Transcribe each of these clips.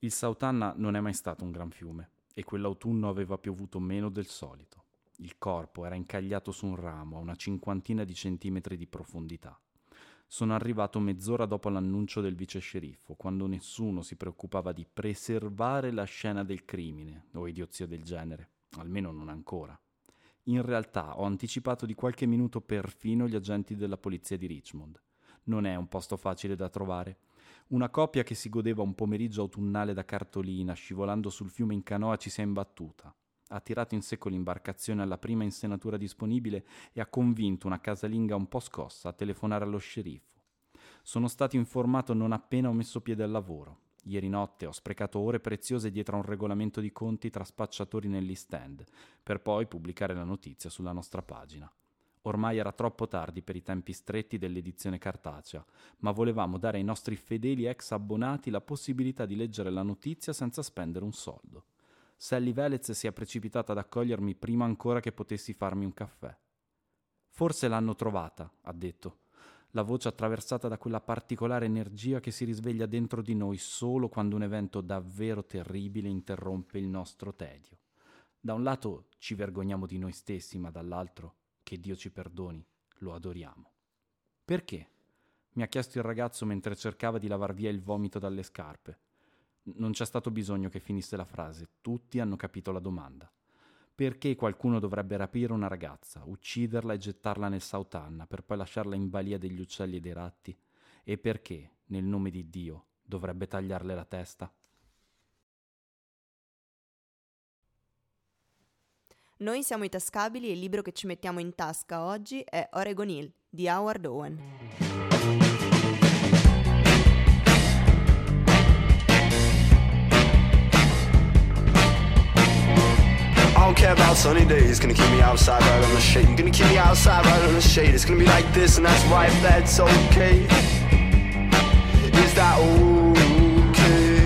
Il South non è mai stato un gran fiume e quell'autunno aveva piovuto meno del solito. Il corpo era incagliato su un ramo a una 50 di centimetri di profondità. Sono arrivato mezz'ora dopo l'annuncio del vice sceriffo, quando nessuno si preoccupava di preservare la scena del crimine o idiozie del genere, almeno non ancora. In realtà ho anticipato di qualche minuto perfino gli agenti della polizia di Richmond. Non è un posto facile da trovare. Una coppia che si godeva un pomeriggio autunnale da cartolina, scivolando sul fiume in canoa, ci si è imbattuta. Ha tirato in secco l'imbarcazione alla prima insenatura disponibile e ha convinto una casalinga un po' scossa a telefonare allo sceriffo. Sono stato informato non appena ho messo piede al lavoro. Ieri notte ho sprecato ore preziose dietro a un regolamento di conti tra spacciatori nell'East End, per poi pubblicare la notizia sulla nostra pagina. Ormai era troppo tardi per i tempi stretti dell'edizione cartacea, ma volevamo dare ai nostri fedeli ex abbonati la possibilità di leggere la notizia senza spendere un soldo. Sally Velez si è precipitata ad accogliermi prima ancora che potessi farmi un caffè. «Forse l'hanno trovata», ha detto, la voce attraversata da quella particolare energia che si risveglia dentro di noi solo quando un evento davvero terribile interrompe il nostro tedio. Da un lato ci vergogniamo di noi stessi, ma dall'altro, che Dio ci perdoni, lo adoriamo. «Perché?» mi ha chiesto il ragazzo mentre cercava di lavar via il vomito dalle scarpe. Non c'è stato bisogno che finisse la frase, tutti hanno capito la domanda. Perché qualcuno dovrebbe rapire una ragazza, ucciderla e gettarla nel South per poi lasciarla in balia degli uccelli e dei ratti? E perché, nel nome di Dio, dovrebbe tagliarle la testa? Noi siamo i Tascabili e il libro che ci mettiamo in tasca oggi è Oregon Hill di Howard Owen. I don't care about sunny days, gonna keep me outside right on the shade. You're gonna keep me outside right on the shade. It's gonna be like this and that's right, that's okay. Is that okay?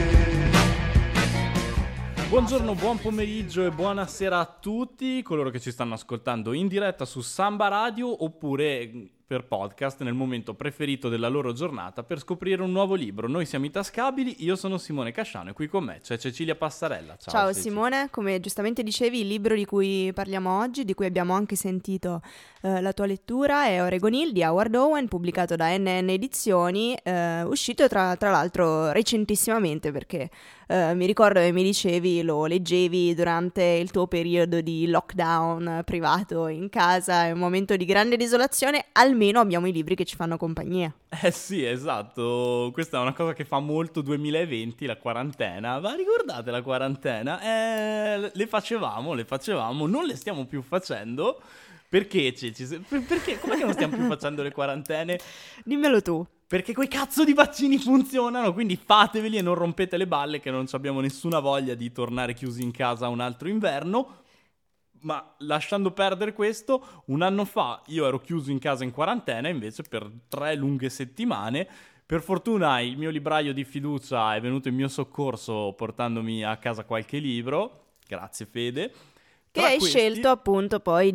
Buongiorno, buon pomeriggio e buonasera a tutti coloro che ci stanno ascoltando in diretta su Samba Radio oppure per podcast nel momento preferito della loro giornata per scoprire un nuovo libro. Noi siamo i Tascabili, io sono Simone Casciano e qui con me c'è Cecilia Passarella. Ciao Simone, come giustamente dicevi il libro di cui parliamo oggi, di cui abbiamo anche sentito la tua lettura, è Oregon Hill di Howard Owen, pubblicato da NN Edizioni, uscito tra l'altro recentissimamente perché mi ricordo che mi dicevi lo leggevi durante il tuo periodo di lockdown privato in casa, è un momento di grande desolazione, almeno abbiamo i libri che ci fanno compagnia. Sì, esatto, questa è una cosa che fa molto 2020, la quarantena, ma ricordate la quarantena? Le facevamo, non le stiamo più facendo, perché Ceci? Perché? Com'è che non stiamo più facendo le quarantene? Dimmelo tu. Perché quei cazzo di vaccini funzionano, quindi fateveli e non rompete le balle che non abbiamo nessuna voglia di tornare chiusi in casa un altro inverno. Ma lasciando perdere questo, un anno fa io ero chiuso in casa in quarantena invece per 3 lunghe settimane. Per fortuna il mio libraio di fiducia è venuto in mio soccorso portandomi a casa qualche libro. Grazie Fede. Che hai scelto appunto poi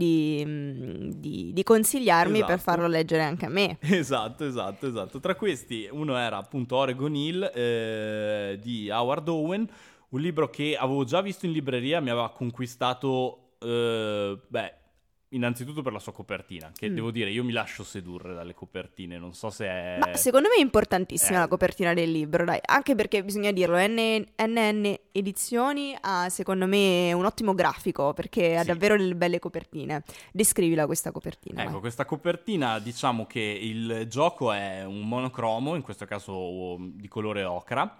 di consigliarmi, esatto, per farlo leggere anche a me. Esatto. Tra questi uno era appunto Oregon Hill di Howard Owen, un libro che avevo già visto in libreria, mi aveva conquistato, innanzitutto per la sua copertina, che devo dire, io mi lascio sedurre dalle copertine, non so se è... Ma secondo me è importantissima la copertina del libro, dai, anche perché bisogna dirlo, NN Edizioni ha secondo me un ottimo grafico, perché ha davvero delle belle copertine. Descrivila questa copertina. Ecco, questa copertina, diciamo che il gioco è un monocromo, in questo caso di colore ocra,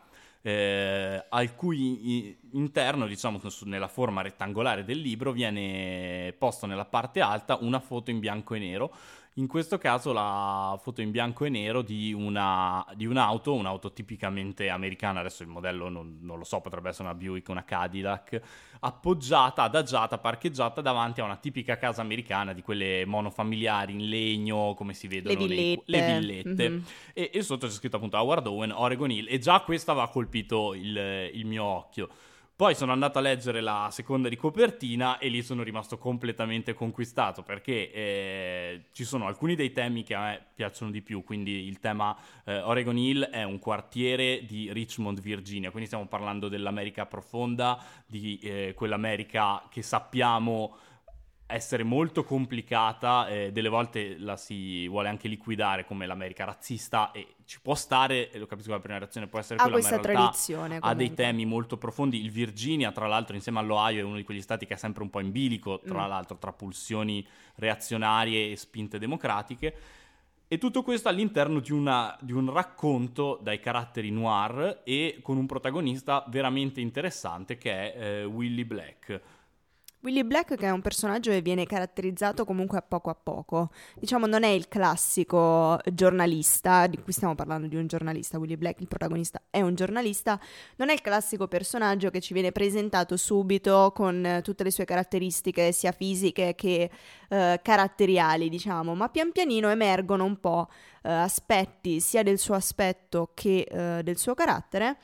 al cui interno, diciamo nella forma rettangolare del libro, viene posto nella parte alta una foto in bianco e nero. In questo caso la foto in bianco e nero di un'auto tipicamente americana, adesso il modello non lo so, potrebbe essere una Buick, una Cadillac, adagiata, parcheggiata davanti a una tipica casa americana di quelle monofamiliari in legno, come si vedono le villette. Mm-hmm. E sotto c'è scritto appunto Howard Owen, Oregon Hill, e già questo aveva colpito il mio occhio. Poi sono andato a leggere la seconda di copertina e lì sono rimasto completamente conquistato, perché ci sono alcuni dei temi che a me piacciono di più, quindi il tema Oregon Hill è un quartiere di Richmond, Virginia, quindi stiamo parlando dell'America profonda, di quell'America che sappiamo essere molto complicata, delle volte la si vuole anche liquidare come l'America razzista, e ci può stare, e lo capisco, la prima reazione può essere quella, ma in realtà tradizione, ha dei temi molto profondi. Il Virginia, tra l'altro, insieme all'Ohio, è uno di quegli stati che è sempre un po' in bilico, tra l'altro, tra pulsioni reazionarie e spinte democratiche. E tutto questo all'interno di un racconto dai caratteri noir e con un protagonista veramente interessante che è Willie Black. Willie Black, che è un personaggio che viene caratterizzato comunque a poco. Diciamo, non è il classico giornalista, di cui stiamo parlando, di un giornalista. Willie Black, il protagonista, è un giornalista. Non è il classico personaggio che ci viene presentato subito con tutte le sue caratteristiche, sia fisiche che caratteriali, diciamo. Ma pian pianino emergono un po' aspetti, sia del suo aspetto che del suo carattere.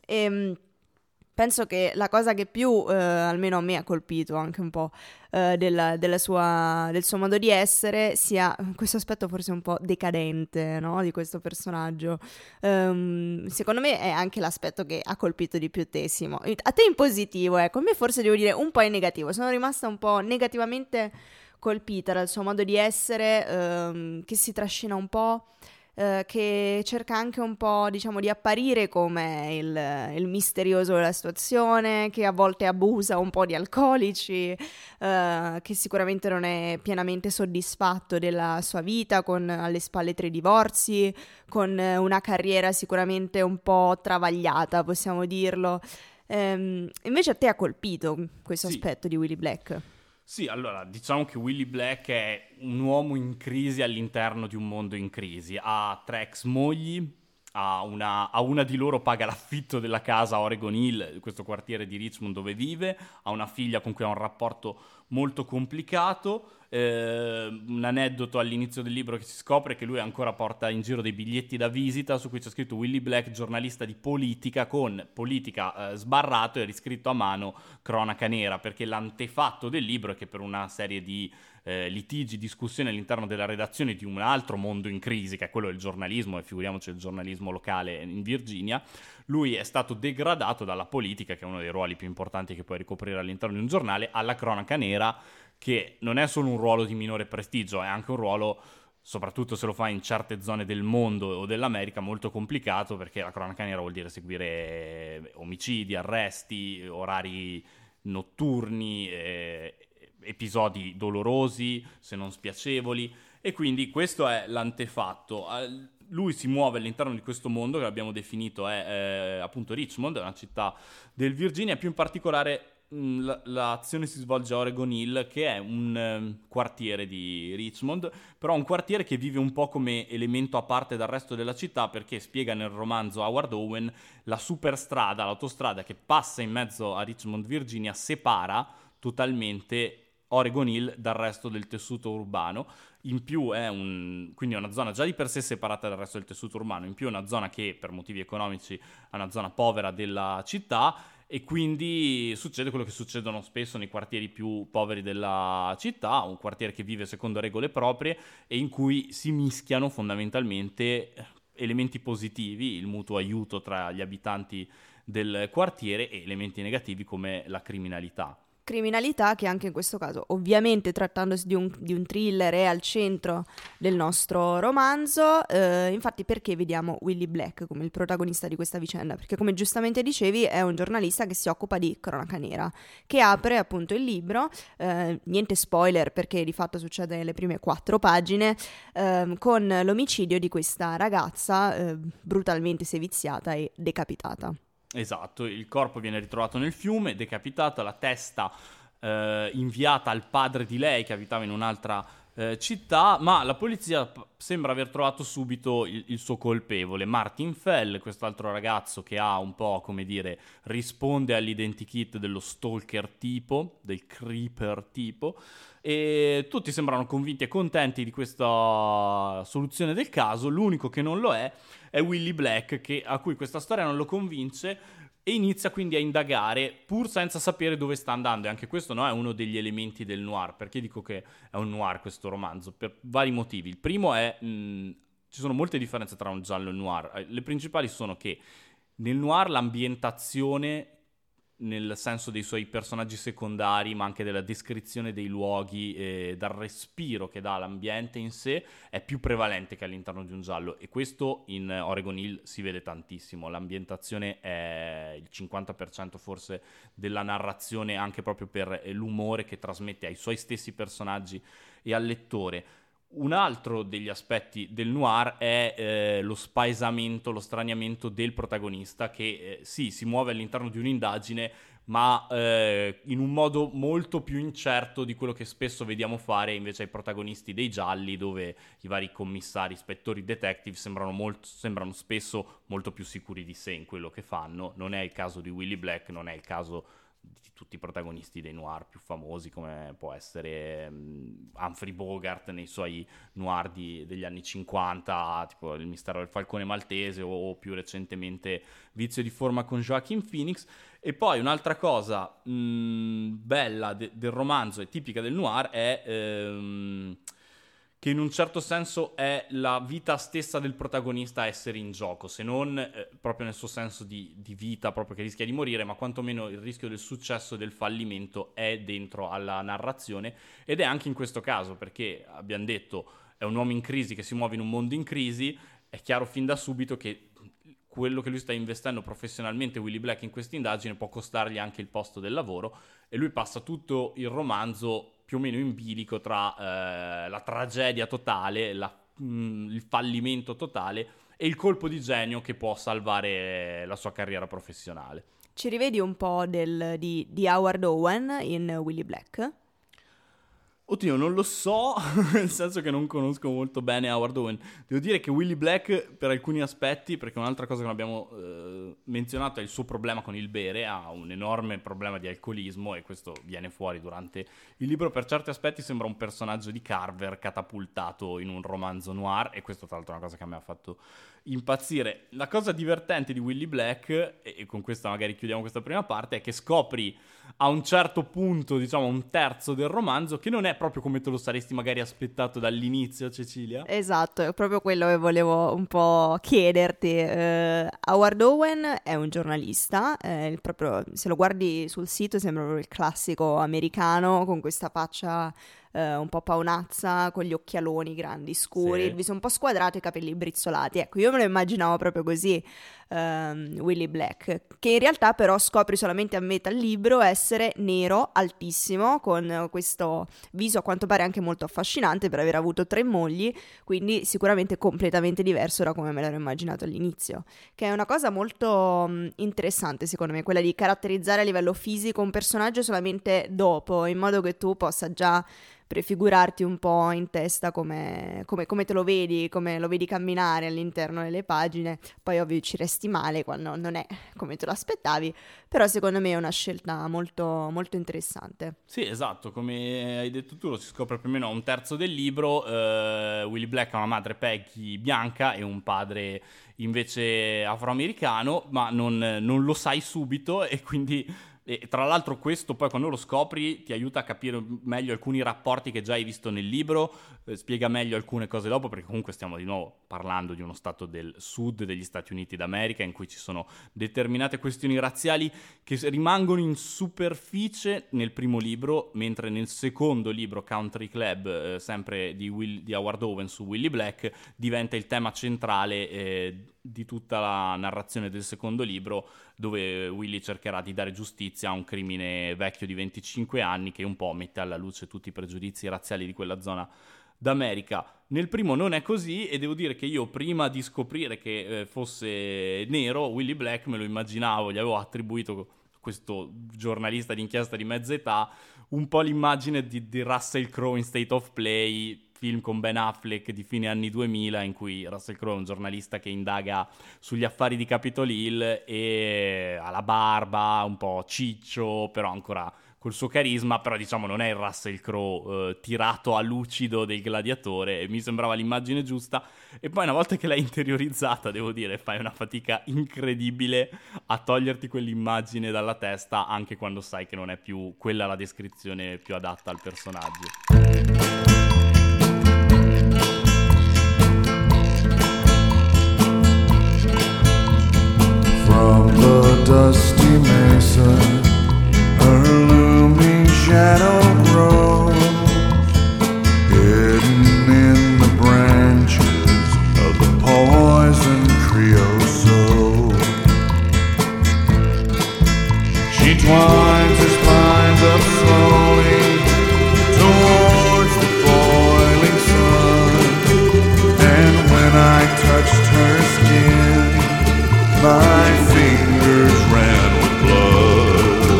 Penso che la cosa che più, almeno a me, ha colpito anche un po' del suo modo di essere sia questo aspetto forse un po' decadente, no? Di questo personaggio. Secondo me è anche l'aspetto che ha colpito di più te, Simo. A te in positivo, ecco. A me forse devo dire un po' in negativo. Sono rimasta un po' negativamente colpita dal suo modo di essere, che si trascina un po'. Che cerca anche un po', diciamo, di apparire come il misterioso della situazione, che a volte abusa un po' di alcolici, che sicuramente non è pienamente soddisfatto della sua vita, con alle spalle 3 divorzi, con una carriera sicuramente un po' travagliata, possiamo dirlo. Invece a te ha colpito questo aspetto di Willie Black? Sì, allora, diciamo che Willie Black è un uomo in crisi all'interno di un mondo in crisi. Ha 3 ex mogli, a una di loro paga l'affitto della casa a Oregon Hill, questo quartiere di Richmond dove vive, ha una figlia con cui ha un rapporto molto complicato. Un aneddoto all'inizio del libro che si scopre che lui ancora porta in giro dei biglietti da visita su cui c'è scritto Willie Black, giornalista di politica, con politica sbarrato e riscritto a mano cronaca nera, perché l'antefatto del libro è che per una serie di litigi, discussioni all'interno della redazione di un altro mondo in crisi, che è quello del giornalismo, e figuriamoci il giornalismo locale in Virginia, lui è stato degradato dalla politica, che è uno dei ruoli più importanti che puoi ricoprire all'interno di un giornale, alla cronaca nera, che non è solo un ruolo di minore prestigio, è anche un ruolo, soprattutto se lo fai in certe zone del mondo o dell'America, molto complicato, perché la cronaca nera vuol dire seguire omicidi, arresti, orari notturni, episodi dolorosi, se non spiacevoli, e quindi questo è l'antefatto. Lui si muove all'interno di questo mondo che abbiamo definito è appunto Richmond, è una città del Virginia, più in particolare l'azione si svolge a Oregon Hill, che è un quartiere di Richmond, però un quartiere che vive un po' come elemento a parte dal resto della città, perché spiega nel romanzo Howard Owen la superstrada, l'autostrada che passa in mezzo a Richmond, Virginia, separa totalmente Oregon Hill dal resto del tessuto urbano. In più è quindi una zona già di per sé separata dal resto del tessuto urbano, in più è una zona che per motivi economici è una zona povera della città, e quindi succede quello che succedono spesso nei quartieri più poveri della città, un quartiere che vive secondo regole proprie e in cui si mischiano fondamentalmente elementi positivi, il mutuo aiuto tra gli abitanti del quartiere, e elementi negativi come la criminalità. Criminalità che anche in questo caso, ovviamente trattandosi di un thriller, è al centro del nostro romanzo. Infatti, perché vediamo Willie Black come il protagonista di questa vicenda? Perché, come giustamente dicevi, è un giornalista che si occupa di cronaca nera, che apre appunto il libro, niente spoiler perché di fatto succede nelle prime 4 pagine, con l'omicidio di questa ragazza brutalmente seviziata e decapitata. Esatto, il corpo viene ritrovato nel fiume, decapitata, la testa inviata al padre di lei che abitava in un'altra città, ma la polizia sembra aver trovato subito il suo colpevole, Martin Fell, quest'altro ragazzo che ha un po', come dire, risponde all'identikit dello stalker tipo, del creeper tipo, e tutti sembrano convinti e contenti di questa soluzione del caso. L'unico che non lo è Willie Black, a cui questa storia non lo convince, e inizia quindi a indagare pur senza sapere dove sta andando, e anche questo, no, è uno degli elementi del noir. Perché dico che è un noir questo romanzo? Per vari motivi. Il primo è ci sono molte differenze tra un giallo e un noir. Le principali sono che nel noir l'ambientazione, nel senso dei suoi personaggi secondari, ma anche della descrizione dei luoghi e dal respiro che dà l'ambiente in sé, è più prevalente che all'interno di un giallo, e questo in Oregon Hill si vede tantissimo. L'ambientazione è il 50% forse della narrazione, anche proprio per l'umore che trasmette ai suoi stessi personaggi e al lettore. Un altro degli aspetti del noir è lo spaesamento, lo straniamento del protagonista, che sì, si muove all'interno di un'indagine, ma in un modo molto più incerto di quello che spesso vediamo fare invece ai protagonisti dei gialli, dove i vari commissari, ispettori, detective sembrano spesso molto più sicuri di sé in quello che fanno. Non è il caso di Willie Black, non è il caso di tutti i protagonisti dei noir più famosi, come può essere Humphrey Bogart nei suoi noir degli anni 50, tipo Il mistero del falcone maltese, o più recentemente Vizio di forma con Joaquin Phoenix. E poi un'altra cosa bella del romanzo e tipica del noir è che in un certo senso è la vita stessa del protagonista a essere in gioco, se non proprio nel suo senso di vita, proprio che rischia di morire, ma quantomeno il rischio del successo e del fallimento è dentro alla narrazione. Ed è anche in questo caso, perché abbiamo detto è un uomo in crisi che si muove in un mondo in crisi, è chiaro fin da subito che quello che lui sta investendo professionalmente, Willie Black, in questa indagine può costargli anche il posto del lavoro, e lui passa tutto il romanzo più o meno in bilico tra la tragedia totale, il fallimento totale e il colpo di genio che può salvare la sua carriera professionale. Ci rivedi un po' di Howard Owen in Willie Black? Oddio, non lo so, nel senso che non conosco molto bene Howard Owen. Devo dire che Willie Black, per alcuni aspetti, perché un'altra cosa che non abbiamo menzionato è il suo problema con il bere, ha un enorme problema di alcolismo, e questo viene fuori durante il libro. Per certi aspetti sembra un personaggio di Carver catapultato in un romanzo noir, e questo tra l'altro è una cosa che mi ha fatto impazzire. La cosa divertente di Willie Black, e con questa magari chiudiamo questa prima parte, è che scopri a un certo punto, diciamo un terzo del romanzo, che non è proprio come te lo saresti magari aspettato dall'inizio, Cecilia. Esatto, è proprio quello che volevo un po' chiederti. Howard Owen è un giornalista, proprio, se lo guardi sul sito sembra proprio il classico americano, con questa faccia un po' paonazza, con gli occhialoni grandi, scuri, Sì. il viso un po' squadrato e i capelli brizzolati. Ecco, io me lo immaginavo proprio così, Willie Black, che in realtà però scopri solamente a metà libro essere nero, altissimo, con questo viso a quanto pare anche molto affascinante per aver avuto 3 mogli, quindi sicuramente completamente diverso da come me l'ero immaginato all'inizio, che è una cosa molto interessante secondo me, quella di caratterizzare a livello fisico un personaggio solamente dopo, in modo che tu possa già prefigurarti un po' in testa come te lo vedi, come lo vedi camminare all'interno delle pagine. Poi ovvio ci resti male quando non è come te lo aspettavi, però secondo me è una scelta molto, molto interessante. Sì, esatto, come hai detto tu, lo si scopre più o meno a un terzo del libro. Willie Black ha una madre, Peggy, bianca, e un padre invece afroamericano, ma non lo sai subito, e quindi... E tra l'altro questo poi quando lo scopri ti aiuta a capire meglio alcuni rapporti che già hai visto nel libro, spiega meglio alcune cose dopo, perché comunque stiamo di nuovo parlando di uno stato del sud degli Stati Uniti d'America in cui ci sono determinate questioni razziali che rimangono in superficie nel primo libro, mentre nel secondo libro, Country Club, sempre di Howard Owen su Willie Black, diventa il tema centrale di tutta la narrazione del secondo libro, dove Willie cercherà di dare giustizia a un crimine vecchio di 25 anni che un po' mette alla luce tutti i pregiudizi razziali di quella zona d'America. Nel primo non è così, e devo dire che io prima di scoprire che fosse nero, Willie Black me lo immaginavo, gli avevo attribuito, questo giornalista d'inchiesta di mezza età, un po' l'immagine di Russell Crowe in State of Play, film con Ben Affleck di fine anni 2000, in cui Russell Crowe è un giornalista che indaga sugli affari di Capitol Hill e ha la barba, un po' ciccio, però ancora col suo carisma, però diciamo non è il Russell Crowe tirato a lucido del gladiatore, e mi sembrava l'immagine giusta. E poi una volta che l'hai interiorizzata, devo dire, fai una fatica incredibile a toglierti quell'immagine dalla testa, anche quando sai che non è più quella la descrizione più adatta al personaggio. From the dusty mesa, her looming shadow grows, hidden in the branches of the poison creosote. She twines her spines up slowly towards the boiling sun, and when I touched her skin, my fingers ran with blood.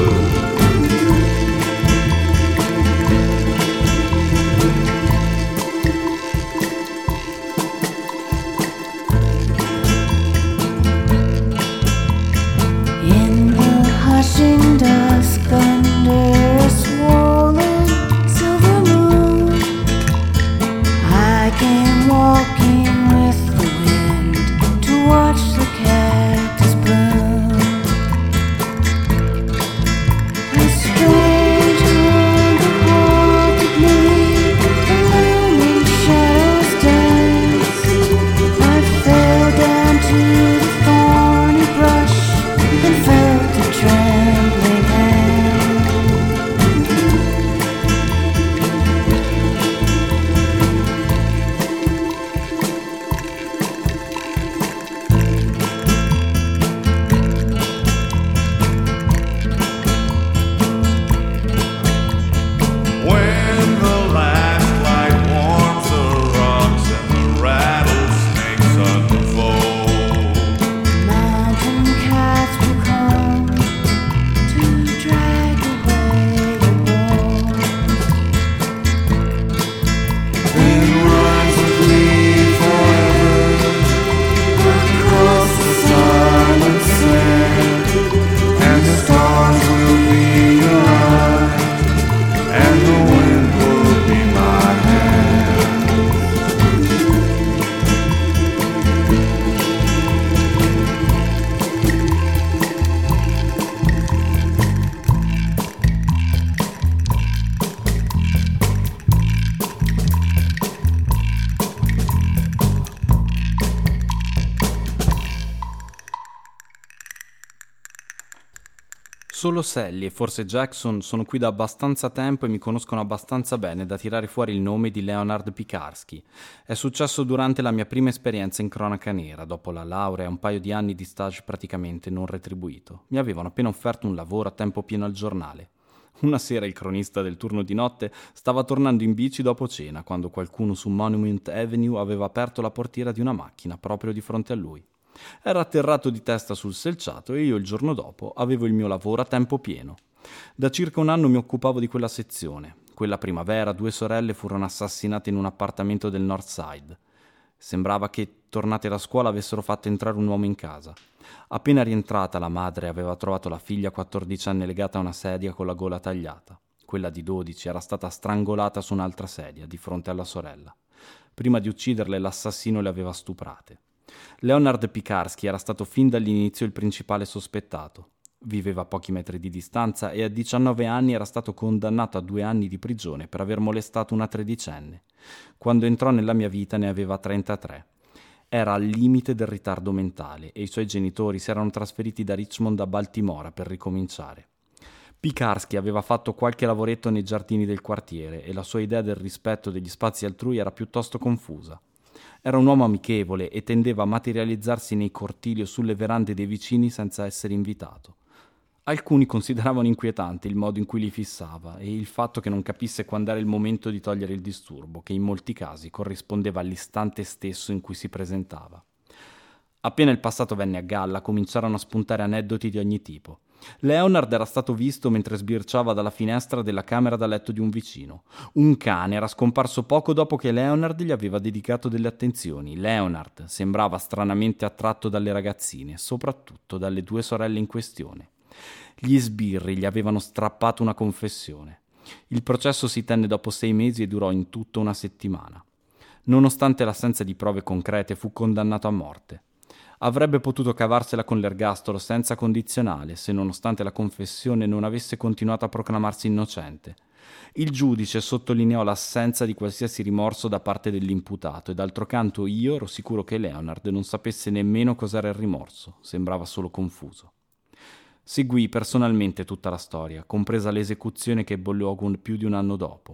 In the hushing dusk under a swollen silver moon, I came walking with the wind to watch the cactus bloom. A strange hunger haunted me, the looming shadows danced. I fell down to the thorny brush and felt a trembling hand. When the last light warms the rocks and the rattlesnakes unfold, Mountain cats will come to drag away the bones. then rise with me forever across the silent sand, and the stars will be your eyes, and the wind will be my hand. Solo Sally e forse Jackson sono qui da abbastanza tempo e mi conoscono abbastanza bene da tirare fuori il nome di Leonard Pikarsky. È successo durante la mia prima esperienza in cronaca nera, dopo la laurea e un paio di anni di stage praticamente non retribuito. Mi avevano appena offerto un lavoro a tempo pieno al giornale. Una sera il cronista del turno di notte stava tornando in bici dopo cena, quando qualcuno su Monument Avenue aveva aperto la portiera di una macchina proprio di fronte a lui. Era atterrato di testa sul selciato e io il giorno dopo avevo il mio lavoro a tempo pieno. Da circa un anno mi occupavo di quella sezione. Quella primavera 2 sorelle furono assassinate in un appartamento del North Side. Sembrava che, tornate da scuola, avessero fatto entrare un uomo in casa. Appena rientrata, la madre aveva trovato la figlia 14enne legata a una sedia con la gola tagliata. Quella di 12 era stata strangolata su un'altra sedia di fronte alla sorella. Prima di ucciderle, l'assassino le aveva stuprate. Leonard Pikarsky era stato fin dall'inizio il principale sospettato. Viveva a pochi metri di distanza e a 19 anni era stato condannato a 2 anni di prigione per aver molestato una 13enne. Quando entrò nella mia vita ne aveva 33. Era al limite del ritardo mentale e i suoi genitori si erano trasferiti da Richmond a Baltimora per ricominciare. Pikarsky aveva fatto qualche lavoretto nei giardini del quartiere e la sua idea del rispetto degli spazi altrui era piuttosto confusa. Era un uomo amichevole e tendeva a materializzarsi nei cortili o sulle verande dei vicini senza essere invitato. Alcuni consideravano inquietante il modo in cui li fissava e il fatto che non capisse quando era il momento di togliere il disturbo, che in molti casi corrispondeva all'istante stesso in cui si presentava. Appena il passato venne a galla, cominciarono a spuntare aneddoti di ogni tipo. Leonard era stato visto mentre sbirciava dalla finestra della camera da letto di un vicino. Un cane era scomparso poco dopo che Leonard gli aveva dedicato delle attenzioni. Leonard sembrava stranamente attratto dalle ragazzine, soprattutto dalle 2 sorelle in questione. Gli sbirri gli avevano strappato una confessione. Il processo si tenne dopo 6 mesi e durò in tutto una settimana. Nonostante l'assenza di prove concrete, fu condannato a morte. Avrebbe potuto cavarsela con l'ergastolo senza condizionale se, nonostante la confessione, non avesse continuato a proclamarsi innocente. Il giudice sottolineò l'assenza di qualsiasi rimorso da parte dell'imputato e d'altro canto io ero sicuro che Leonard non sapesse nemmeno cos'era il rimorso, sembrava solo confuso. Seguì personalmente tutta la storia, compresa l'esecuzione che ebbe luogo più di un anno dopo.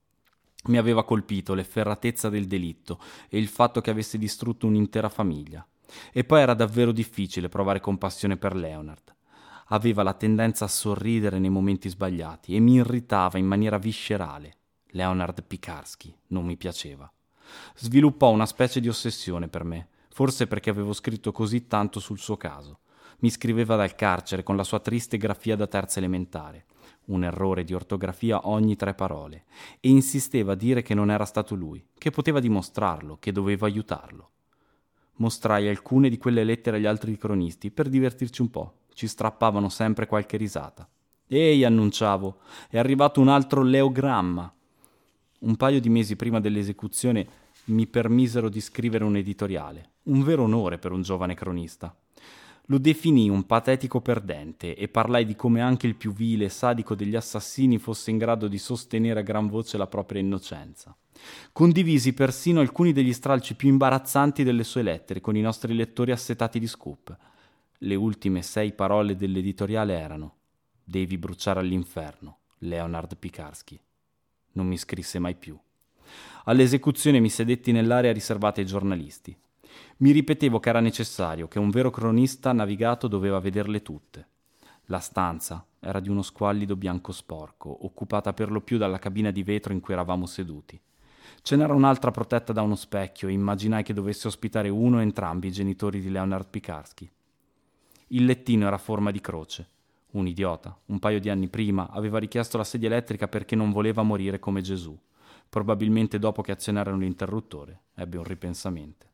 Mi aveva colpito l'efferatezza del delitto e il fatto che avesse distrutto un'intera famiglia. E poi era davvero difficile provare compassione per Leonard. Aveva la tendenza a sorridere nei momenti sbagliati e mi irritava in maniera viscerale. Leonard Pikarsky non mi piaceva. Sviluppò una specie di ossessione per me, forse perché avevo scritto così tanto sul suo caso. Mi scriveva dal carcere con la sua triste grafia da terza elementare, un errore di ortografia ogni 3 parole, e insisteva a dire che non era stato lui, che poteva dimostrarlo, che dovevo aiutarlo. Mostrai alcune di quelle lettere agli altri cronisti per divertirci un po'. Ci strappavano sempre qualche risata. «Ehi», annunciavo, «è arrivato un altro leogramma». Un paio di mesi prima dell'esecuzione mi permisero di scrivere un editoriale, un vero onore per un giovane cronista. Lo definii un patetico perdente e parlai di come anche il più vile e sadico degli assassini fosse in grado di sostenere a gran voce la propria innocenza. Condivisi persino alcuni degli stralci più imbarazzanti delle sue lettere con i nostri lettori assetati di scoop. Le ultime 6 parole dell'editoriale erano: «Devi bruciare all'inferno, Leonard Pikarsky». Non mi scrisse mai più. All'esecuzione mi sedetti nell'area riservata ai giornalisti. Mi ripetevo che era necessario, che un vero cronista navigato doveva vederle tutte. La stanza era di uno squallido bianco sporco, occupata per lo più dalla cabina di vetro in cui eravamo seduti. Ce n'era un'altra protetta da uno specchio e immaginai che dovesse ospitare uno o entrambi i genitori di Leonard Pikarsky. Il lettino era a forma di croce. Un idiota, un paio di anni prima, aveva richiesto la sedia elettrica perché non voleva morire come Gesù. Probabilmente dopo che azionarono l'interruttore, ebbe un ripensamento.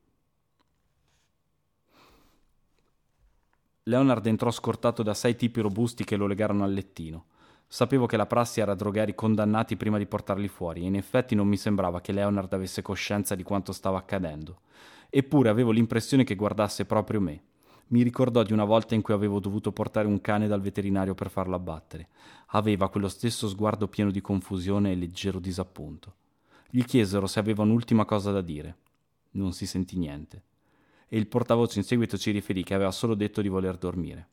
Leonard entrò scortato da 6 tipi robusti che lo legarono al lettino. Sapevo che la prassi era drogare i condannati prima di portarli fuori e in effetti non mi sembrava che Leonard avesse coscienza di quanto stava accadendo. Eppure avevo l'impressione che guardasse proprio me. Mi ricordò di una volta in cui avevo dovuto portare un cane dal veterinario per farlo abbattere. Aveva quello stesso sguardo pieno di confusione e leggero disappunto. Gli chiesero se aveva un'ultima cosa da dire. Non si sentì niente. E il portavoce in seguito ci riferì che aveva solo detto di voler dormire.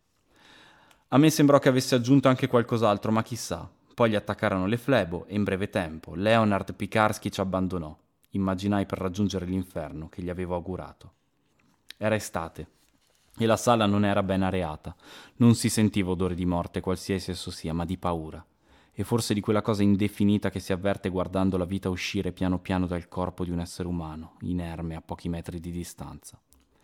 A me sembrò che avesse aggiunto anche qualcos'altro, ma chissà. Poi gli attaccarono le flebo e in breve tempo Leonard Pikarsky ci abbandonò. Immaginai per raggiungere l'inferno che gli avevo augurato. Era estate e la sala non era ben areata. Non si sentiva odore di morte, qualsiasi esso sia, ma di paura. E forse di quella cosa indefinita che si avverte guardando la vita uscire piano piano dal corpo di un essere umano, inerme a pochi metri di distanza.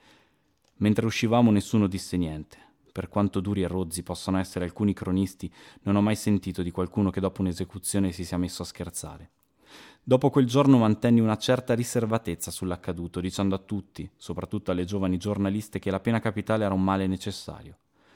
Mentre uscivamo nessuno disse niente. Per quanto duri e rozzi possano essere alcuni cronisti, non ho mai sentito di qualcuno che dopo un'esecuzione si sia messo a scherzare. Dopo quel giorno mantenni una certa riservatezza sull'accaduto, dicendo a tutti, soprattutto alle giovani giornaliste, che la pena capitale era un male necessario.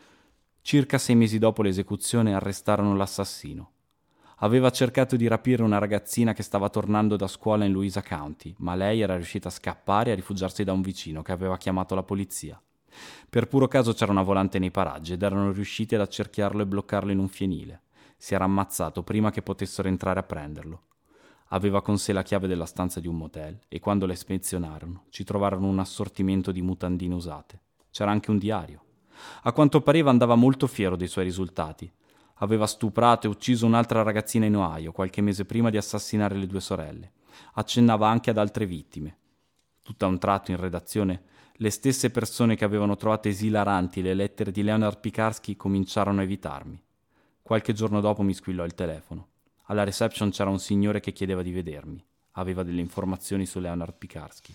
Circa 6 mesi dopo l'esecuzione arrestarono l'assassino. Aveva cercato di rapire una ragazzina che stava tornando da scuola in Louisa County, ma lei era riuscita a scappare e a rifugiarsi da un vicino che aveva chiamato la polizia. Per puro caso c'era una volante nei paraggi ed erano riusciti ad accerchiarlo e bloccarlo in un fienile. Si era ammazzato prima che potessero entrare a prenderlo. Aveva con sé la chiave della stanza di un motel e quando la ispezionarono ci trovarono un assortimento di mutandine usate. C'era anche un diario. A quanto pareva andava molto fiero dei suoi risultati. Aveva stuprato e ucciso un'altra ragazzina in Ohio qualche mese prima di assassinare le 2 sorelle. Accennava anche ad altre vittime. Tutto a un tratto in redazione le stesse persone che avevano trovato esilaranti le lettere di Leonard Pikarsky cominciarono a evitarmi. Qualche giorno dopo mi squillò il telefono. Alla reception c'era un signore che chiedeva di vedermi. Aveva delle informazioni su Leonard Pikarsky.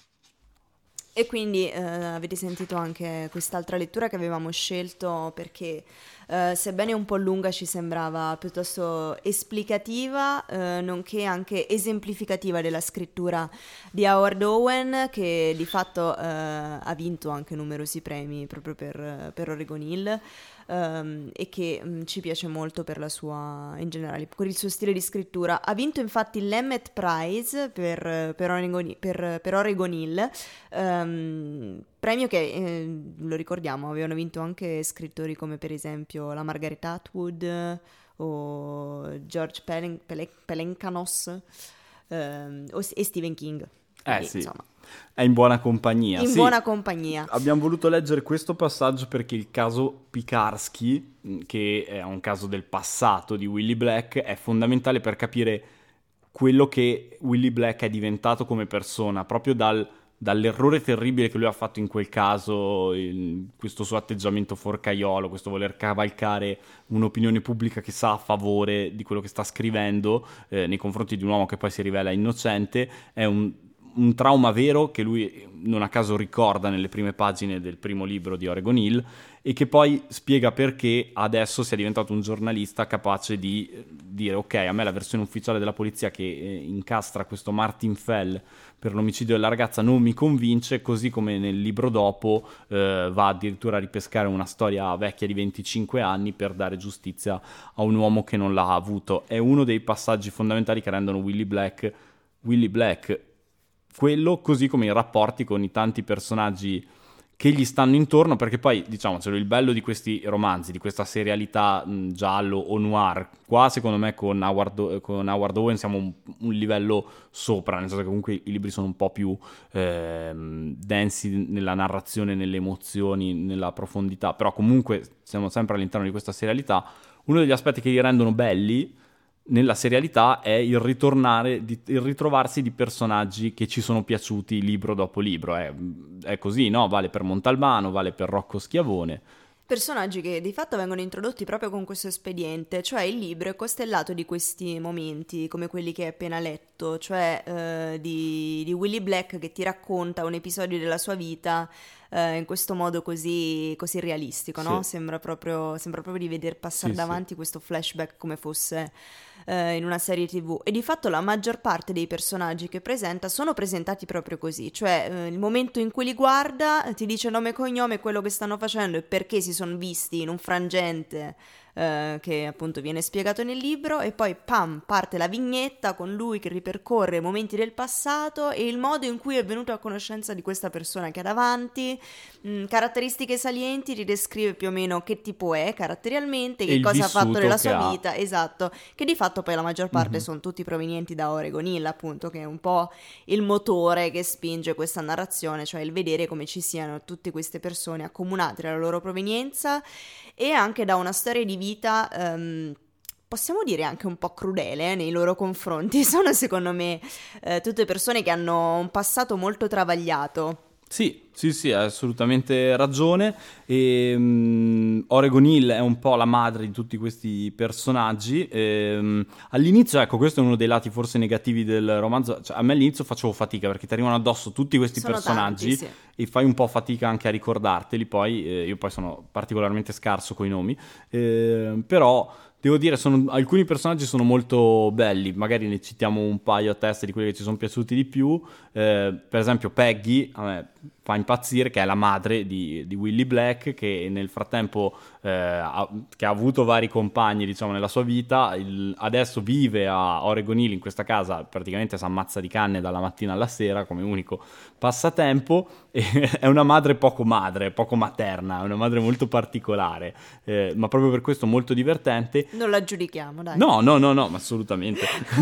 E quindi avete sentito anche quest'altra lettura che avevamo scelto perché sebbene un po' lunga ci sembrava piuttosto esplicativa, nonché anche esemplificativa della scrittura di Howard Owen, che di fatto ha vinto anche numerosi premi proprio per Oregon Hill. e che ci piace molto per la sua, in generale, per il suo stile di scrittura. Ha vinto infatti l'Emmett Prize per Oregon Hill, premio che, lo ricordiamo, avevano vinto anche scrittori come per esempio la Margaret Atwood o George Pelenkanos e Stephen King. Quindi, Sì, insomma, è in buona compagnia. in Sì, buona compagnia. abbiamo voluto leggere questo passaggio perché il caso Pikarsky, che è un caso del passato di Willie Black, è fondamentale per capire quello che Willie Black è diventato come persona, proprio dall'errore terribile che lui ha fatto in quel caso, questo suo atteggiamento forcaiolo, questo voler cavalcare un'opinione pubblica che sa a favore di quello che sta scrivendo nei confronti di un uomo che poi si rivela innocente. È un trauma vero che lui non a caso ricorda nelle prime pagine del primo libro di Oregon Hill, e che poi spiega perché adesso sia diventato un giornalista capace di dire: ok, a me la versione ufficiale della polizia che incastra questo Martin Fell per l'omicidio della ragazza non mi convince, così come nel libro dopo va addirittura a ripescare una storia vecchia di 25 anni per dare giustizia a un uomo che non l'ha avuto. È uno dei passaggi fondamentali che rendono Willie Black quello, così come i rapporti con i tanti personaggi che gli stanno intorno, perché poi, diciamocelo, il bello di questi romanzi, di questa serialità giallo o noir, qua secondo me con Howard Owen siamo un livello sopra, nel senso che comunque i libri sono un po' più densi nella narrazione, nelle emozioni, nella profondità, però comunque siamo sempre all'interno di questa serialità. Uno degli aspetti che li rendono belli nella serialità è il ritrovarsi di personaggi che ci sono piaciuti libro dopo libro. È così, no? Vale per Montalbano, vale per Rocco Schiavone. Personaggi che di fatto vengono introdotti proprio con questo espediente, cioè il libro è costellato di questi momenti, come quelli che hai appena letto, cioè di Willie Black che ti racconta un episodio della sua vita in questo modo così realistico, no? Sì. Sembra proprio di veder passare Sì, davanti questo flashback come fosse in una serie TV, e di fatto la maggior parte dei personaggi che presenta sono presentati proprio così, cioè il momento in cui li guarda ti dice nome e cognome, quello che stanno facendo e perché si sono visti in un frangente che appunto viene spiegato nel libro, e poi pam, parte la vignetta con lui che ripercorre momenti del passato e il modo in cui è venuto a conoscenza di questa persona che ha davanti, caratteristiche salienti, ti descrive più o meno che tipo è caratterialmente, E che il cosa ha fatto vissuto nella che sua ha. vita, esatto, che di fatto poi la maggior parte sono tutti provenienti da Oregon Hill, appunto, che è un po' il motore che spinge questa narrazione, cioè il vedere come ci siano tutte queste persone accomunate dalla loro provenienza e anche da una storia di vita, possiamo dire anche un po' crudele nei loro confronti. Sono secondo me tutte persone che hanno un passato molto travagliato. Sì, hai assolutamente ragione. E Oregon Hill è un po' la madre di tutti questi personaggi. All'inizio, ecco, questo è uno dei lati forse negativi del romanzo. Cioè, a me all'inizio facevo fatica perché ti arrivano addosso tutti questi Sono personaggi tanti, sì. e fai un po' fatica anche a ricordarteli. Poi io poi sono particolarmente scarso coi nomi, però devo dire, alcuni personaggi sono molto belli, magari ne citiamo un paio a testa di quelli che ci sono piaciuti di più. Per esempio Peggy, a me fa impazzire, che è la madre di Willie Black, che nel frattempo che ha avuto vari compagni, diciamo, nella sua vita, adesso vive a Oregon Hill in questa casa, praticamente si ammazza di canne dalla mattina alla sera come unico passatempo, e è una madre poco materna, è una madre molto particolare, ma proprio per questo molto divertente. Non la giudichiamo, dai. No, ma assolutamente.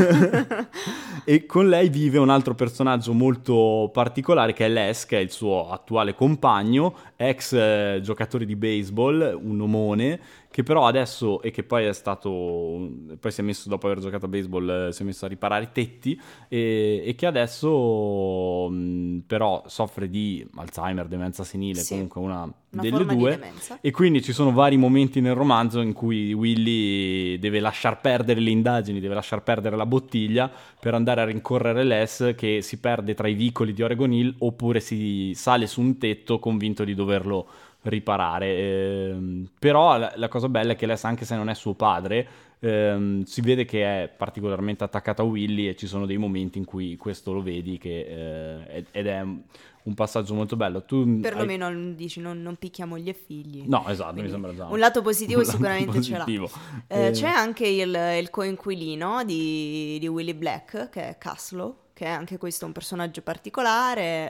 E con lei vive un altro personaggio molto particolare, che è Les, che è il suo attuale compagno, ex giocatore di baseball, un omone, che però adesso, e che poi poi si è messo, dopo aver giocato a baseball, si è messo a riparare i tetti, e che adesso però soffre di Alzheimer, demenza senile, Sì, comunque una delle forma di due, demenza. e quindi ci sono vari momenti nel romanzo in cui Willie deve lasciar perdere le indagini, deve lasciar perdere la bottiglia per andare a rincorrere Les, che si perde tra i vicoli di Oregon Hill, oppure si sale su un tetto convinto di doverlo riparare. Però la cosa bella è che lei, anche se non è suo padre, si vede che è particolarmente attaccata a Willy, e ci sono dei momenti in cui questo lo vedi ed è un passaggio molto bello. Tu Perlomeno dici non picchia moglie e figli. No, esatto, Quindi mi sembra già un lato positivo un lato sicuramente ce l'ha. positivo. C'è anche il coinquilino di Willy Black, che è Caslow, che è anche questo un personaggio particolare,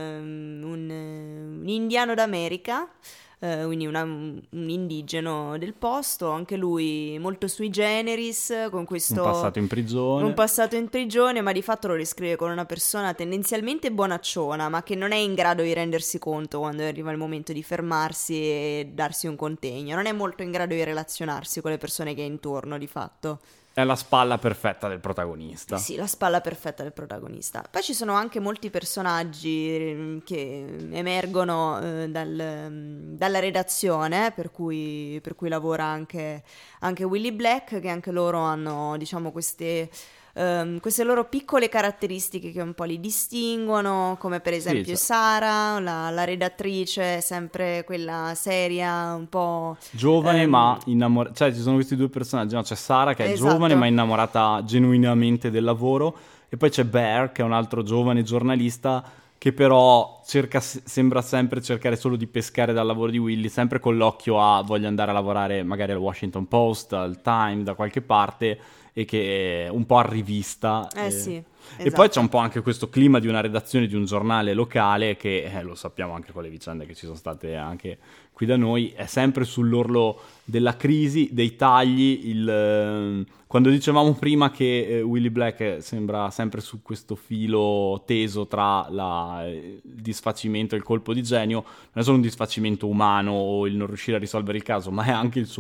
un indiano d'America, quindi un indigeno del posto, anche lui molto sui generis, con questo un passato in prigione, ma di fatto lo descrive come una persona tendenzialmente bonacciona, ma che non è in grado di rendersi conto quando arriva il momento di fermarsi e darsi un contegno, non è molto in grado di relazionarsi con le persone che ha intorno, di fatto. È la spalla perfetta del protagonista. Sì, la spalla perfetta del protagonista. Poi ci sono anche molti personaggi che emergono dalla redazione, per cui lavora anche Willy Black, che anche loro hanno, diciamo, queste loro piccole caratteristiche che un po' li distinguono, come per esempio Sara, la redattrice, sempre quella seria, un po' giovane ma innamorata, cioè ci sono questi due personaggi, no? C'è Sara che è Esatto. giovane ma innamorata genuinamente del lavoro, e poi c'è Bear che è un altro giovane giornalista che però sembra sempre cercare solo di pescare dal lavoro di Willy, sempre con l'occhio a voglio andare a lavorare magari al Washington Post, al Time, da qualche parte, e che è un po' a rivista. Sì, E esatto. poi c'è un po' anche questo clima di una redazione di un giornale locale che, lo sappiamo anche con le vicende che ci sono state anche qui da noi, è sempre sull'orlo della crisi, dei tagli. Quando dicevamo prima che Willy Black sembra sempre su questo filo teso tra il disfacimento e il colpo di genio, non è solo un disfacimento umano o il non riuscire a risolvere il caso, ma è anche il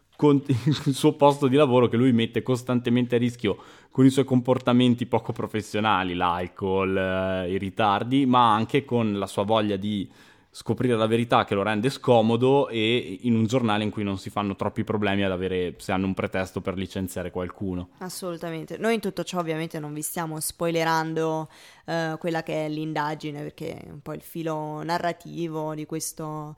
suo posto di lavoro che lui mette costantemente a rischio con i suoi comportamenti poco professionali, l'alcol, i ritardi, ma anche con la sua voglia di scoprire la verità che lo rende scomodo, e in un giornale in cui non si fanno troppi problemi ad avere, se hanno un pretesto per licenziare qualcuno. Assolutamente. Noi in tutto ciò ovviamente non vi stiamo spoilerando quella che è l'indagine, perché è un po' il filo narrativo di questo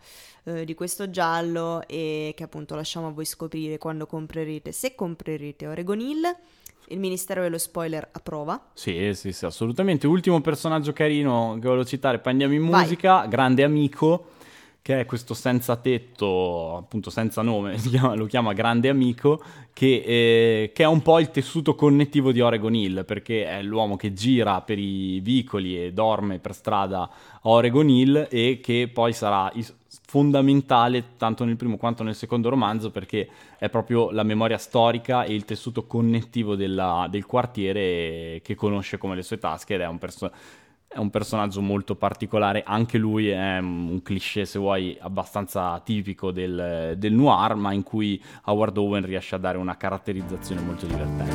giallo, e che appunto lasciamo a voi scoprire quando comprerete, se comprerete Oregon Hill. Il Ministero dello Spoiler approva. Sì, assolutamente. Ultimo personaggio carino che volevo citare, poi andiamo in musica. Grande Amico, che è questo senza tetto, appunto senza nome, lo chiama Grande Amico, che è un po' il tessuto connettivo di Oregon Hill, perché è l'uomo che gira per i vicoli e dorme per strada a Oregon Hill, e che poi sarà fondamentale tanto nel primo quanto nel secondo romanzo, perché è proprio la memoria storica e il tessuto connettivo del quartiere che conosce come le sue tasche, ed è un personaggio molto particolare. Anche lui è un cliché, se vuoi, abbastanza tipico del noir, ma in cui Howard Owen riesce a dare una caratterizzazione molto divertente.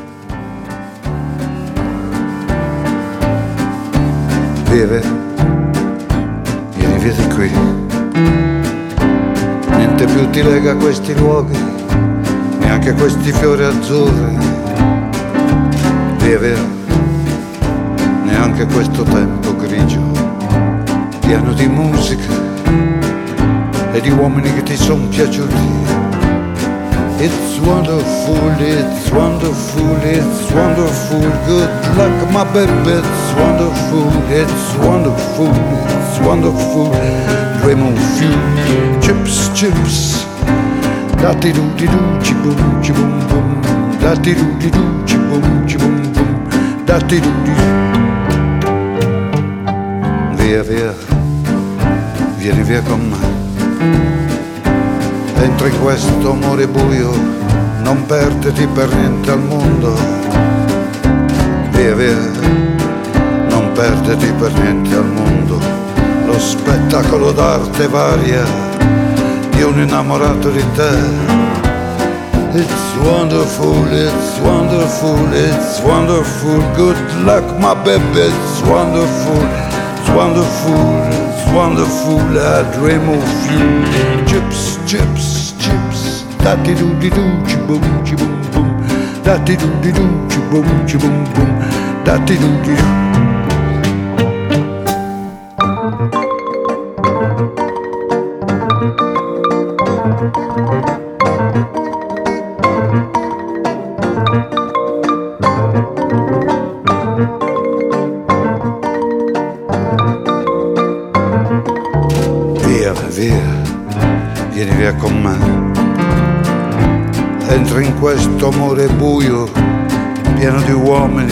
Vieni qui. Niente più ti lega a questi luoghi, neanche questi fiori azzurri. Via, neanche questo tempo grigio, pieno di musica e di uomini che ti son piaciuti. It's wonderful, it's wonderful, it's wonderful. Good luck, my baby, it's wonderful, it's wonderful, it's wonderful. Dream of you, chips, chips. Da-ti-do-di-do, chi-boom, chi-boom, boom. Da-ti-do-di-do, chi-boom, chi-boom, boom. Da-ti-do-di. Via, via, vieni via con me. Entro in questo amore buio, non perderti per niente al mondo. Via, via, non perderti per niente al mondo. Lo spettacolo d'arte varia di un innamorato di te. It's wonderful, it's wonderful, it's wonderful. Good luck, my baby, it's wonderful, it's wonderful, it's wonderful. I dream of you. Chips, chips, chips. Da-ti-do-di-do, chi-boom, chi-boom, boom. Da-ti-do-di-do, chi-boom, chi-boom, boom. Da-ti-do-di-do. Entra in questo amore buio, pieno di uomini,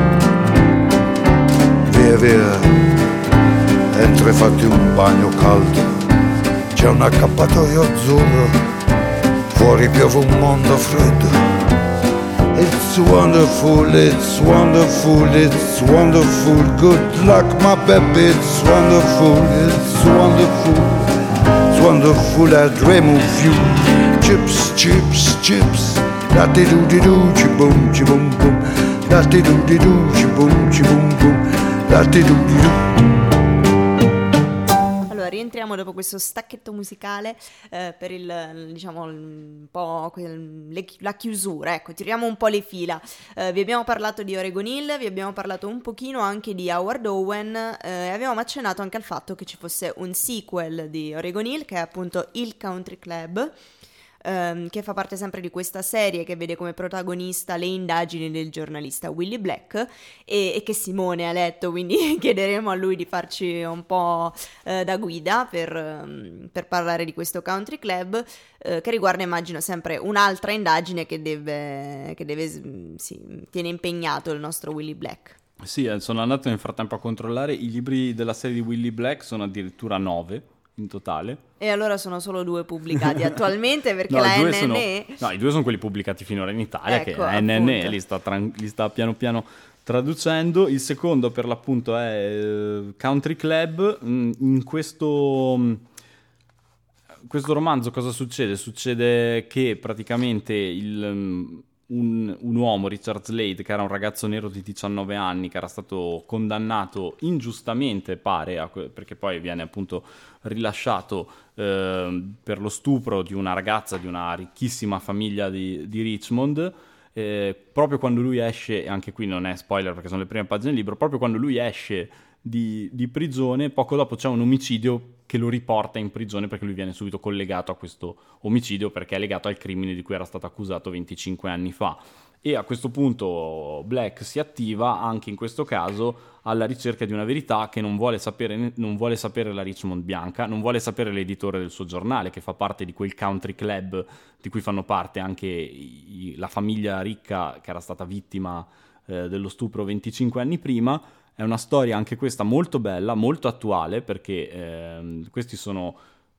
via via, entra e fatti un bagno caldo, c'è un accappatoio azzurro, fuori piove un mondo freddo. It's wonderful, it's wonderful, it's wonderful, good luck my baby, it's wonderful, it's wonderful, it's wonderful, I dream of you. Chips, chips, chips, da-di-do-di-do, chi-boom, chi-boom, boom, da-di-do-di-do, chi-boom, chi-boom, boom, da-di-do-di-do. Allora, rientriamo dopo questo stacchetto musicale per diciamo, un po' la chiusura, ecco, tiriamo un po' le fila. Vi abbiamo parlato di Oregon Hill, vi abbiamo parlato un pochino anche di Howard Owen e abbiamo accennato anche al fatto che ci fosse un sequel di Oregon Hill, che è appunto il Country Club, che fa parte sempre di questa serie che vede come protagonista le indagini del giornalista Willie Black e che Simone ha letto, quindi chiederemo a lui di farci un po' da guida per parlare di questo Country Club, che riguarda, immagino, sempre un'altra indagine che tiene impegnato il nostro Willie Black. Sì, sono andato nel frattempo a controllare, i libri della serie di Willie Black sono addirittura 9 in totale. E allora sono solo 2 pubblicati attualmente, perché No, la i due NNE... i 2 sono quelli pubblicati finora in Italia, Ecco, che la NNE appunto. li sta piano piano traducendo. Il secondo, per l'appunto, è Country Club. In questo romanzo cosa succede? Succede che praticamente un uomo, Richard Slade, che era un ragazzo nero di 19 anni, che era stato condannato ingiustamente, pare, perché poi viene appunto rilasciato per lo stupro di una ragazza di una ricchissima famiglia di Richmond. Proprio quando lui esce, e anche qui non è spoiler perché sono le prime pagine del libro, proprio quando lui esce di prigione, poco dopo c'è un omicidio che lo riporta in prigione, perché lui viene subito collegato a questo omicidio perché è legato al crimine di cui era stato accusato 25 anni fa. E a questo punto Black si attiva anche in questo caso alla ricerca di una verità che non vuole sapere la Richmond bianca, non vuole sapere l'editore del suo giornale, che fa parte di quel country club di cui fanno parte anche la famiglia ricca che era stata vittima dello stupro 25 anni prima. È una storia anche questa molto bella, molto attuale, perché questi sono...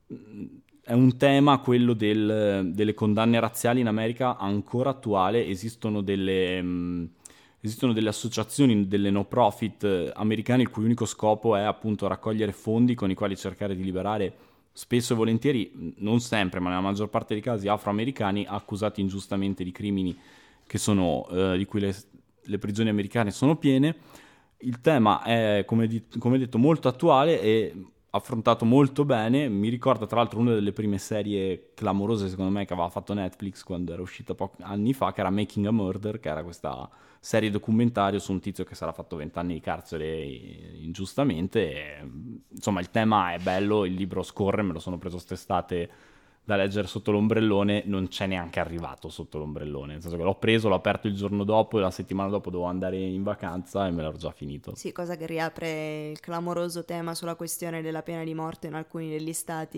È un tema, quello delle condanne razziali in America, ancora attuale. Esistono delle associazioni, delle no profit americane, il cui unico scopo è appunto raccogliere fondi con i quali cercare di liberare, spesso e volentieri, non sempre, ma nella maggior parte dei casi, afroamericani accusati ingiustamente di crimini che sono, di cui le prigioni americane sono piene. Il tema è, come detto, molto attuale e affrontato molto bene. Mi ricorda tra l'altro una delle prime serie clamorose, secondo me, che aveva fatto Netflix quando era uscita pochi anni fa, che era Making a Murder, che era questa serie documentario su un tizio che sarà fatto 20 anni di carcere ingiustamente. E, insomma, il tema è bello, il libro scorre, me lo sono preso quest'estate da leggere sotto l'ombrellone, non c'è neanche arrivato sotto l'ombrellone, nel senso che l'ho preso, l'ho aperto il giorno dopo e la settimana dopo dovevo andare in vacanza e me l'ero già finito. Sì, cosa che riapre il clamoroso tema sulla questione della pena di morte in alcuni degli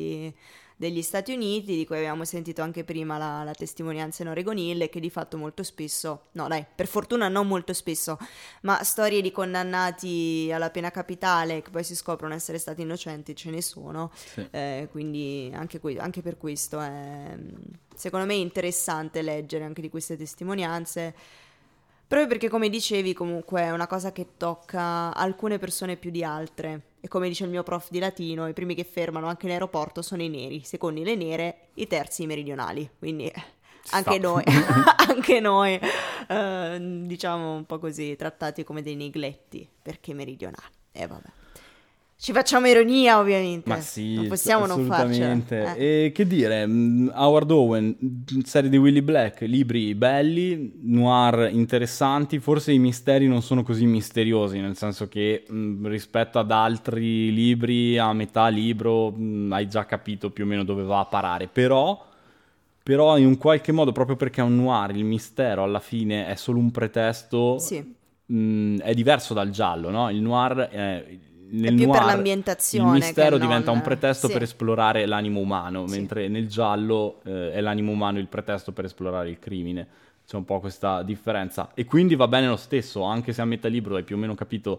Stati Uniti, di cui avevamo sentito anche prima la testimonianza in Oregon Hill, e che di fatto molto spesso, no dai, per fortuna non molto spesso, ma storie di condannati alla pena capitale che poi si scoprono essere stati innocenti ce ne sono. Sì. Quindi anche per questo è secondo me interessante leggere anche di queste testimonianze, proprio perché, come dicevi, comunque è una cosa che tocca alcune persone più di altre. E come dice il mio prof di latino, i primi che fermano anche in aeroporto sono i neri, i secondi le nere, i terzi i meridionali. Quindi anche noi, diciamo un po' così, trattati come dei negletti, perché meridionali. E vabbè. Ci facciamo ironia, ovviamente. Ma sì, non possiamo non assolutamente. farcela. E che dire, Howard Owen, serie di Willie Black, libri belli, noir interessanti, forse i misteri non sono così misteriosi, nel senso che rispetto ad altri libri, a metà libro hai già capito più o meno dove va a parare, però in un qualche modo, proprio perché è un noir, il mistero alla fine è solo un pretesto, Sì. è diverso dal giallo, no? Il noir nel È più per noir l'ambientazione il mistero che diventa non- un pretesto sì. per esplorare l'animo umano, Sì. mentre nel giallo è l'animo umano il pretesto per esplorare il crimine. C'è un po' questa differenza. E quindi va bene lo stesso, anche se a metà libro hai più o meno capito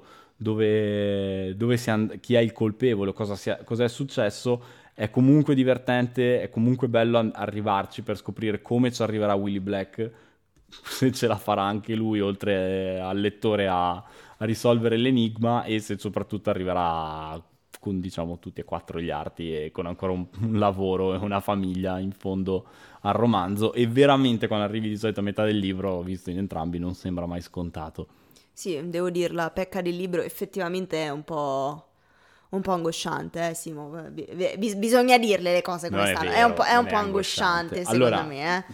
chi è il colpevole, cosa è successo, è comunque divertente, è comunque bello arrivarci per scoprire come ci arriverà Willy Black, se ce la farà anche lui, oltre al lettore a risolvere l'enigma, e se soprattutto arriverà con, diciamo, tutti e 4 gli arti e con ancora un lavoro e una famiglia in fondo al romanzo. E veramente quando arrivi di solito a metà del libro, visto in entrambi, non sembra mai scontato. Sì, devo dirla, pecca del libro effettivamente è un po' angosciante, Simo. Bisogna dirle le cose come Non è stanno. vero, È un non po' è angosciante, angosciante. secondo me,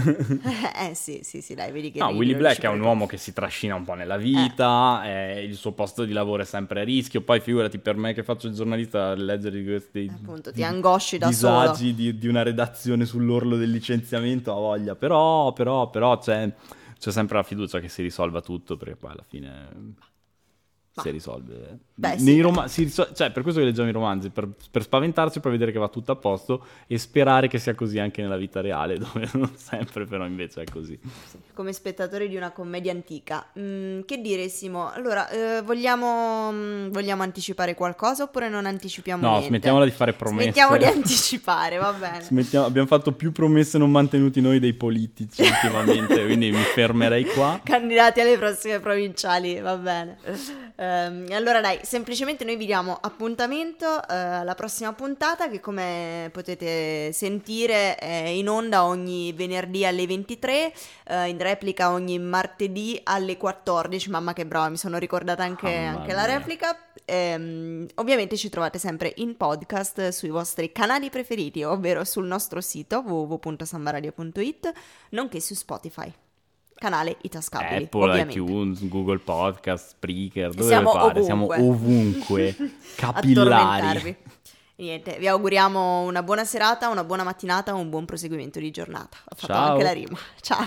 sì, dai, vedi che No, ridi, Willy non Black ci è un credo. uomo che si trascina un po' nella vita, il suo posto di lavoro è sempre a rischio, poi figurati per me che faccio il giornalista, leggere di questi Appunto, ti angosci da disagi di una redazione sull'orlo del licenziamento, ha voglia, però c'è sempre la fiducia che si risolva tutto, perché poi alla fine si risolve. Beh, Nei sì. cioè, per questo che leggiamo i romanzi, per spaventarci, per vedere che va tutto a posto e sperare che sia così anche nella vita reale, dove non sempre però invece è così. Come spettatori di una commedia antica. Che dire, Simo? Allora, vogliamo anticipare qualcosa oppure non anticipiamo No, niente? smettiamola di fare promesse. Smettiamo di anticipare, va bene. Abbiamo fatto più promesse non mantenuti noi dei politici ultimamente, quindi mi fermerei qua. Candidati alle prossime provinciali, va bene. Allora dai, semplicemente noi vi diamo appuntamento alla prossima puntata, che come potete sentire è in onda ogni venerdì alle 23, in replica ogni martedì alle 14. Mamma che brava, mi sono ricordata anche la mia. replica. Ovviamente ci trovate sempre in podcast sui vostri canali preferiti, ovvero sul nostro sito www.sambaradio.it, nonché su Spotify, canale Itascabili, Apple, ovviamente. iTunes, Google Podcast, Spreaker, dove Siamo pare, ovunque. siamo ovunque, capillari. Addormentarvi. Niente, vi auguriamo una buona serata, una buona mattinata, un buon proseguimento di giornata. Ho fatto Ciao. anche la rima. Ciao.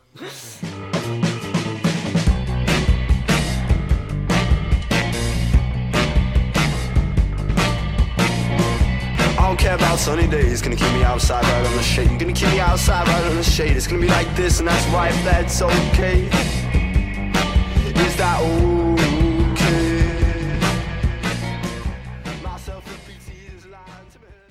I don't care about sunny days, gonna keep me outside right on the shade. Gonna keep me outside right on the shade. It's gonna be like this and that's right, that's okay.